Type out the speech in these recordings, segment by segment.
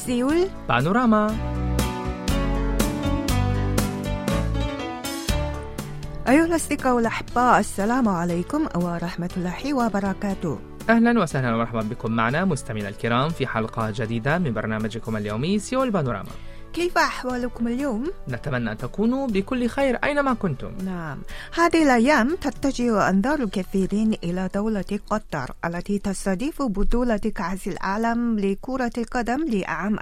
سيول بانوراما. أيها الأصدقاء والأحباء، السلام عليكم ورحمة الله وبركاته. أهلا وسهلا ومرحبا بكم معنا مستمعينا الكرام في حلقة جديدة من برنامجكم اليومي سيول بانوراما. كيف أحوالكم اليوم؟ نتمنى أن تكونوا بكل خير أينما كنتم. نعم، هذه الأيام تتجه أنظار الكثيرين إلى دولة قطر التي تستضيف بطولة كأس العالم لكرة القدم لعام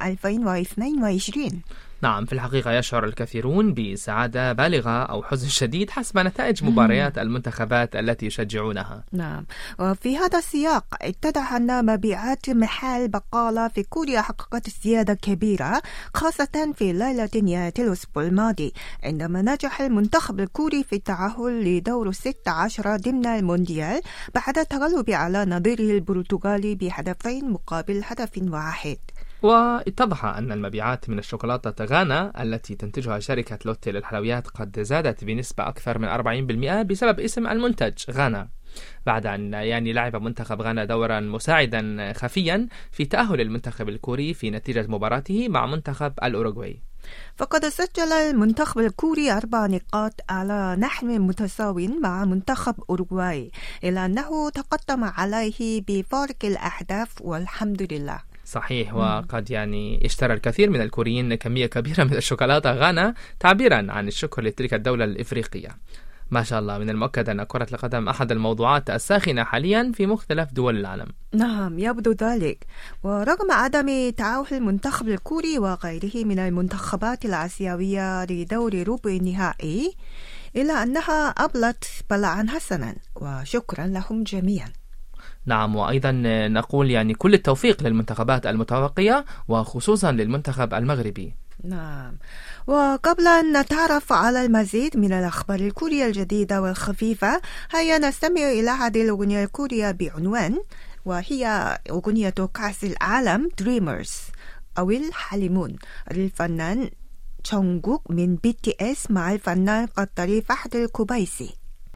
2022. نعم، في الحقيقة يشعر الكثيرون بسعادة بالغة أو حزن شديد حسب نتائج مباريات المنتخبات التي يشجعونها. نعم، وفي هذا السياق اتضح أن مبيعات محل بقالة في كوريا حققت زيادة كبيرة، خاصة في ليلة نهاية الأسبوع الماضي عندما نجح المنتخب الكوري في التأهل لدور 16 ضمن المونديال بعد التغلب على نظيره البرتغالي بهدفين مقابل هدف واحد. واتضح أن المبيعات من الشوكولاتة غانا التي تنتجها شركة لوتي للحلويات قد زادت بنسبة أكثر من 40% بسبب اسم المنتج غانا، بعد أن لعب منتخب غانا دورا مساعدا خفيا في تأهل المنتخب الكوري في نتيجة مباراته مع منتخب الأوروغواي. فقد سجل المنتخب الكوري 4 نقاط على نحو متساو مع منتخب أوروغواي، إلا أنه تقدم عليه بفارق الأهداف والحمد لله. صحيح، وقد اشترى الكثير من الكوريين كمية كبيرة من الشوكولاتة غانا تعبيرا عن الشكر لتلك الدولة الإفريقية. ما شاء الله، من المؤكد أن كرة القدم أحد الموضوعات الساخنة حاليا في مختلف دول العالم. نعم، يبدو ذلك. ورغم عدم تأهل المنتخب الكوري وغيره من المنتخبات الآسيوية لدور ربع النهائي، إلا أنها أبلت بلاء حسنا، وشكرا لهم جميعا. نعم، وأيضا نقول كل التوفيق للمنتخبات المتبقية وخصوصا للمنتخب المغربي. نعم، وقبل أن نتعرف على المزيد من الأخبار الكورية الجديدة والخفيفة، هيا نستمع إلى هذه الأغنية الكورية بعنوان، وهي أغنية كأس العالم Dreamers أو الحالمون للفنان جونغوك من BTS مع الفنان القطري فهد القبيسي.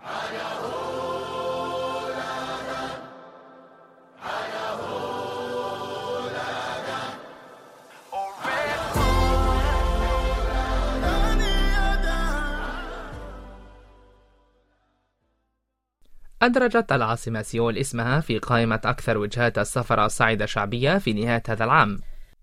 أدرجت العاصمة سيول اسمها في قائمة أكثر وجهات السفر الصاعدة شعبية في نهاية هذا العام.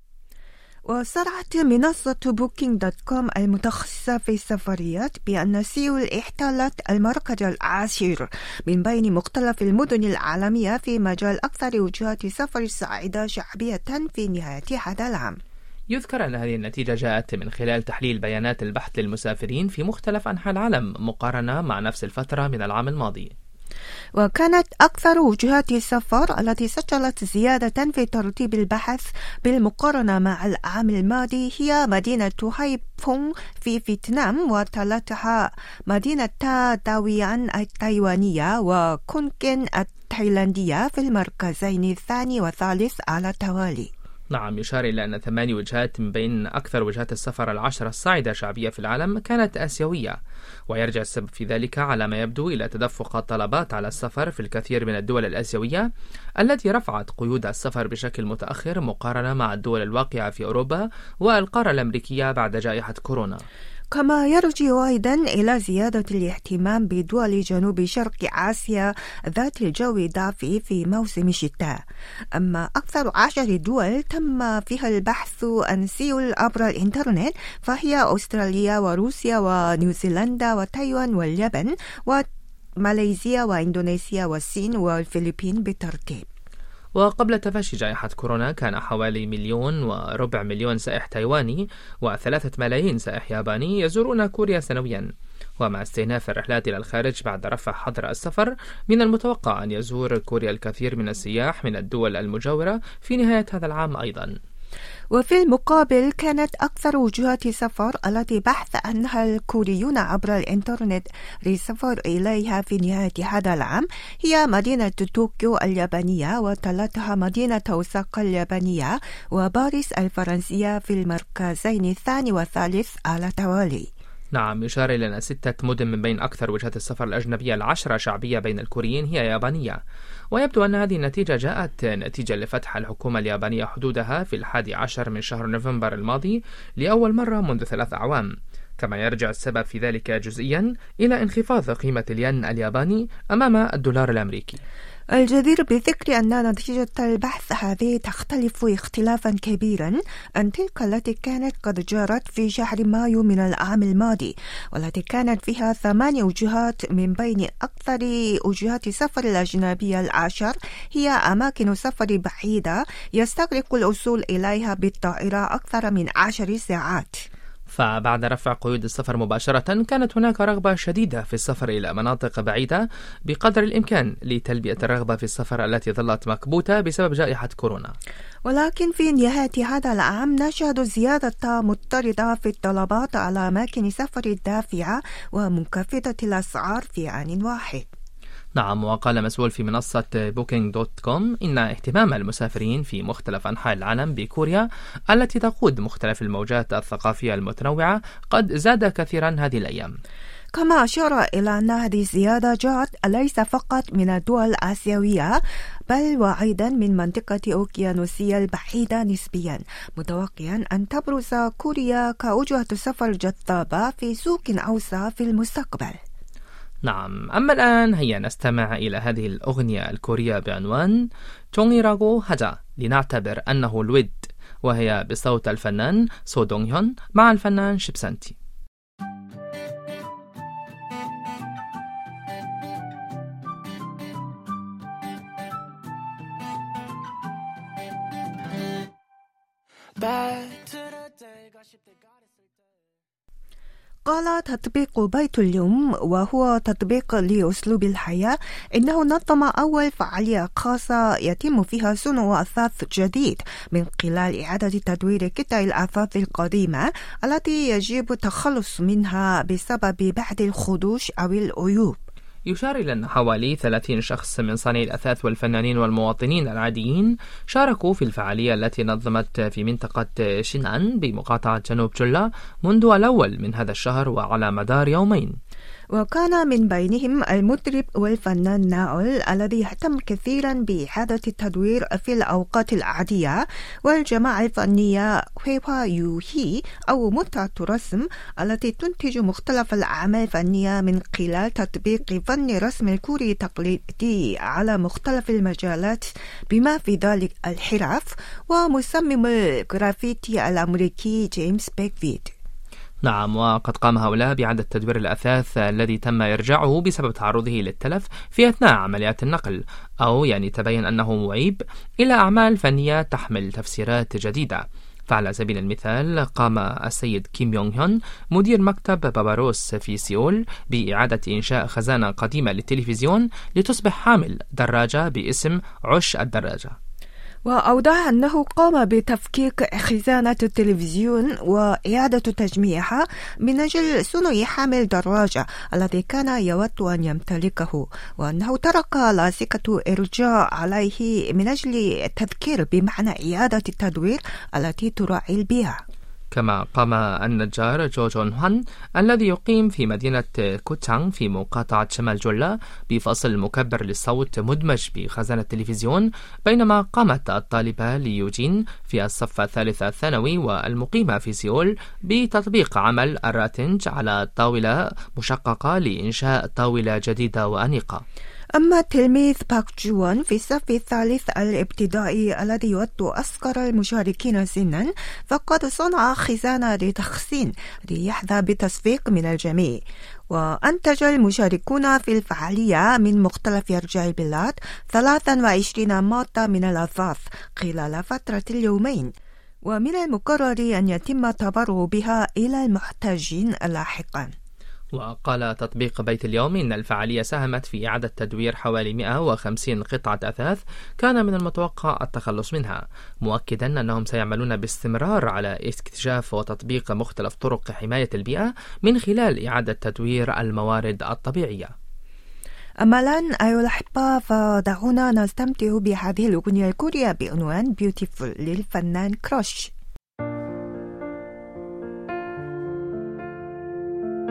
وصرحت منصة Booking.com المتخصصة في السفريات بأن سيول احتلت المركز العاشر من بين مختلف المدن العالمية في مجال أكثر وجهات سفر الصاعدة شعبية في نهاية هذا العام. يذكر أن هذه النتيجة جاءت من خلال تحليل بيانات البحث للمسافرين في مختلف أنحاء العالم مقارنة مع نفس الفترة من العام الماضي. وكانت أكثر وجهات السفر التي سجلت زيادة في ترتيب البحث بالمقارنة مع العام الماضي هي مدينة هايفونغ في فيتنام، وتلتها مدينة داويان التايوانية وكونكن التايلاندية في المركزين الثاني والثالث على التوالي. نعم، يشار إلى أن 8 وجهات من بين أكثر وجهات السفر 10 الصاعدة شعبية في العالم كانت آسيوية، ويرجع السبب في ذلك على ما يبدو إلى تدفق الطلبات على السفر في الكثير من الدول الآسيوية التي رفعت قيود السفر بشكل متأخر مقارنة مع الدول الواقعة في أوروبا والقارة الأمريكية بعد جائحة كورونا. كما يرجع أيضا إلى زيادة الاهتمام بدول جنوب شرق آسيا ذات الجو الدافئ في موسم الشتاء. أما أكثر 10 دول تم فيها البحث عن سيول عبر الإنترنت فهي أستراليا وروسيا ونيوزيلندا وتايوان واليابان وماليزيا وإندونيسيا والصين والفلبين بالترتيب. وقبل تفشي جائحة كورونا كان حوالي 1.25 مليون سائح تايواني و3 ملايين سائح ياباني يزورون كوريا سنويا. ومع استئناف الرحلات إلى الخارج بعد رفع حظر السفر، من المتوقع أن يزور كوريا الكثير من السياح من الدول المجاورة في نهاية هذا العام أيضا. وفي المقابل كانت أكثر وجهات السفر التي بحث عنها الكوريون عبر الإنترنت للسفر إليها في نهاية هذا العام هي مدينة طوكيو اليابانية، وتلتها مدينة أوساكا اليابانية وباريس الفرنسية في المركزين الثاني والثالث على توالي. نعم، يشار إلى أن 6 مدن من بين أكثر وجهات السفر الأجنبية ال10 شعبية بين الكوريين هي يابانية، ويبدو أن هذه النتيجة جاءت نتيجة لفتح الحكومة اليابانية حدودها في 11 من شهر نوفمبر الماضي لأول مرة منذ 3 أعوام. كما يرجع السبب في ذلك جزئيا إلى انخفاض قيمة الين الياباني أمام الدولار الأمريكي. الجدير بذكر أن نتيجة البحث هذه تختلف اختلافا كبيرا عن تلك التي كانت قد جرت في شهر مايو من العام الماضي، والتي كانت فيها 8 وجهات من بين أكثر وجهات السفر الأجنبية 10 هي أماكن سفر بعيدة يستغرق الوصول إليها بالطائرة أكثر من 10 ساعات. فبعد رفع قيود السفر مباشرة كانت هناك رغبة شديدة في السفر إلى مناطق بعيدة بقدر الإمكان لتلبية الرغبة في السفر التي ظلت مكبوتة بسبب جائحة كورونا. ولكن في نهاية هذا العام نشهد زيادة مضطردة في الطلبات على أماكن سفر الدافعة ومنخفضة الأسعار في آن واحد. نعم، وقال مسؤول في منصة Booking.com إن اهتمام المسافرين في مختلف أنحاء العالم بكوريا التي تقود مختلف الموجات الثقافية المتنوعة قد زاد كثيرا هذه الأيام. كما أشار إلى أن هذه الزيادة جاءت ليس فقط من الدول الآسيوية بل وأيضا من منطقة أوكيانوسية البعيدة نسبيا، متوقعا أن تبرز كوريا كوجهة سفر جذابة في سوق أوسع في المستقبل. نعم، أما الآن هيا نستمع إلى هذه الأغنية الكورية بعنوان 종이라고 하자 لنعتبر أنه الود، وهي بصوت الفنان سو دونغ هيون مع الفنان شيبسانتي. قال تطبيق بيت اليوم، وهو تطبيق لأسلوب الحياة، إنه نظم أول فعالية خاصة يتم فيها صنع أثاث جديد من خلال إعادة تدوير قطع الأثاث القديمة التي يجب التخلص منها بسبب بعض الخدوش أو العيوب. يشار إلى أن حوالي 30 شخص من صانعي الأثاث والفنانين والمواطنين العاديين شاركوا في الفعالية التي نظمت في منطقة شينان بمقاطعة جنوب جولة منذ الأول من هذا الشهر وعلى مدار يومين. وكان من بينهم المطرب والفنان ناول الذي يهتم كثيرا بإعادة التدوير في الأوقات العادية، والجماعة الفنية هويوا يوهي أو متعة رسم التي تنتج مختلف الأعمال الفنية من خلال تطبيق فن الرسم الكوري التقليدي على مختلف المجالات بما في ذلك الحرف، ومصمم الجرافيتي الأمريكي جيمس بيكفيد. نعم، وقد قام هؤلاء بإعادة تدوير الأثاث الذي تم إرجاعه بسبب تعرضه للتلف في أثناء عمليات النقل، أو تبين أنه معيب، إلى أعمال فنية تحمل تفسيرات جديدة. فعلى سبيل المثال قام السيد كيم يونغ هيون مدير مكتب باباروس في سيول بإعادة إنشاء خزانة قديمة للتلفزيون لتصبح حامل دراجة باسم عش الدراجة. وأوضح أنه قام بتفكيك خزانة التلفزيون وإعادة تجميعها من أجل صنع حامل دراجة الذي كان يود أن يمتلكه، وأنه ترك لاصقة إرجاع عليه من أجل التذكير بمعنى إعادة التدوير التي تراعي البيئة. كما قام النجار جو جون هوان الذي يقيم في مدينة كوتشانغ في مقاطعة شمال جولة بفصل مكبر للصوت مدمج بخزانة التلفزيون، بينما قامت الطالبة ليوجين في الصف الثالث الثانوي والمقيمة في سيول بتطبيق عمل الراتنج على طاولة مشققة لإنشاء طاولة جديدة وأنيقة. أما التلميذ باك جوان في الصف الثالث الابتدائي الذي يود أصغر المشاركين سنا، فقد صنع خزانة لتخزين ليحظى بتصفيق من الجميع. وأنتج المشاركون في الفعالية من مختلف أرجاء البلاد 23 مادة من الأثاث خلال فترة اليومين، ومن المقرر أن يتم التبرع بها إلى المحتاجين لاحقا. وقال تطبيق بيت اليوم إن الفعالية ساهمت في إعادة تدوير حوالي 150 قطعة أثاث كان من المتوقع التخلص منها، مؤكدا أنهم سيعملون باستمرار على اكتشاف وتطبيق مختلف طرق حماية البيئة من خلال إعادة تدوير الموارد الطبيعية. أما الآن أيها الأحبة، فدعونا نستمتع بهذه الأغنية الكورية بعنوان Beautiful للفنان كراش.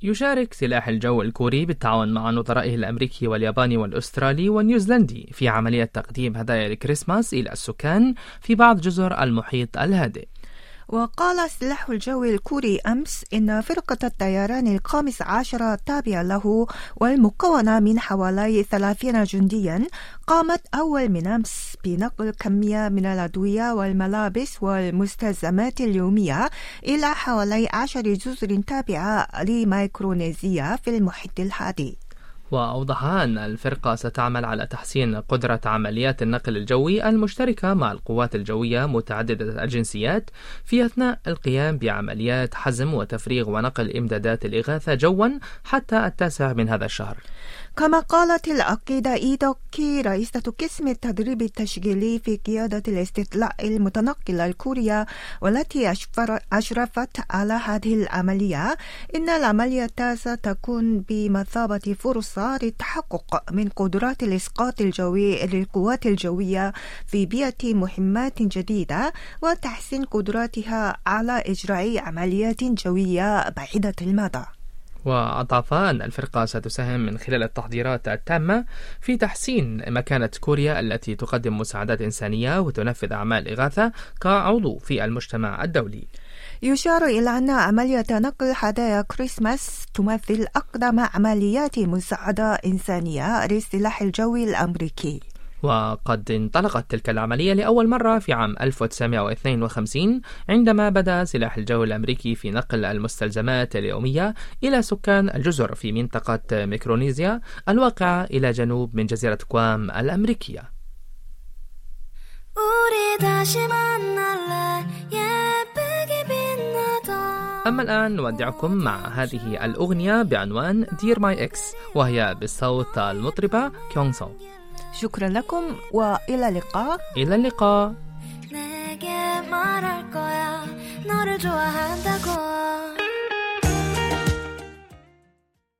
يشارك سلاح الجو الكوري بالتعاون مع نظرائه الأمريكي والياباني والأسترالي والنيوزيلندي في عملية تقديم هدايا الكريسماس إلى السكان في بعض جزر المحيط الهادئ. وقال السلاح الجوي الكوري أمس إن فرقة الطيران ال15 التابعة له والمكونة من حوالي 30 جنديا قامت أول من أمس بنقل كمية من الأدوية والملابس والمستلزمات اليومية إلى حوالي 10 جزر تابعة لميكرونيزيا في المحيط الهادئ. وأوضح أن الفرقة ستعمل على تحسين قدرة عمليات النقل الجوي المشتركة مع القوات الجوية متعددة الجنسيات في أثناء القيام بعمليات حزم وتفريغ ونقل إمدادات الإغاثة جوا حتى 9 من هذا الشهر. كما قالت العقيدة إيدوكي رئيسة قسم التدريب التشغيلي في قيادة الاستطلاع المتنقلة الكورية والتي أشرفت على هذه العملية، إن العملية ستكون بمثابة فرصة للتحقق من قدرات الإسقاط الجوي للقوات الجوية في بيئة مهمات جديدة وتحسين قدراتها على إجراء عمليات جوية بعيدة المدى. وأضاف أن الفرقة ستساهم من خلال التحضيرات التامة في تحسين مكانة كوريا التي تقدم مساعدات إنسانية وتنفذ أعمال إغاثة كعضو في المجتمع الدولي. يشار إلى أن عملية نقل هدايا كريسماس تمثل أقدم عمليات مساعدة إنسانية للسلاح الجوي الأمريكي. وقد انطلقت تلك العملية لأول مرة في عام 1952 عندما بدأ سلاح الجو الأمريكي في نقل المستلزمات اليومية إلى سكان الجزر في منطقة ميكرونيزيا الواقعة إلى جنوب من جزيرة جوام الأمريكية. أما الآن نودعكم مع هذه الأغنية بعنوان Dear My Ex، وهي بالصوت المطربة كيونغ سو. شكرا لكم وإلى اللقاء. إلى اللقاء. 내게 말할 거야 너를 좋아한다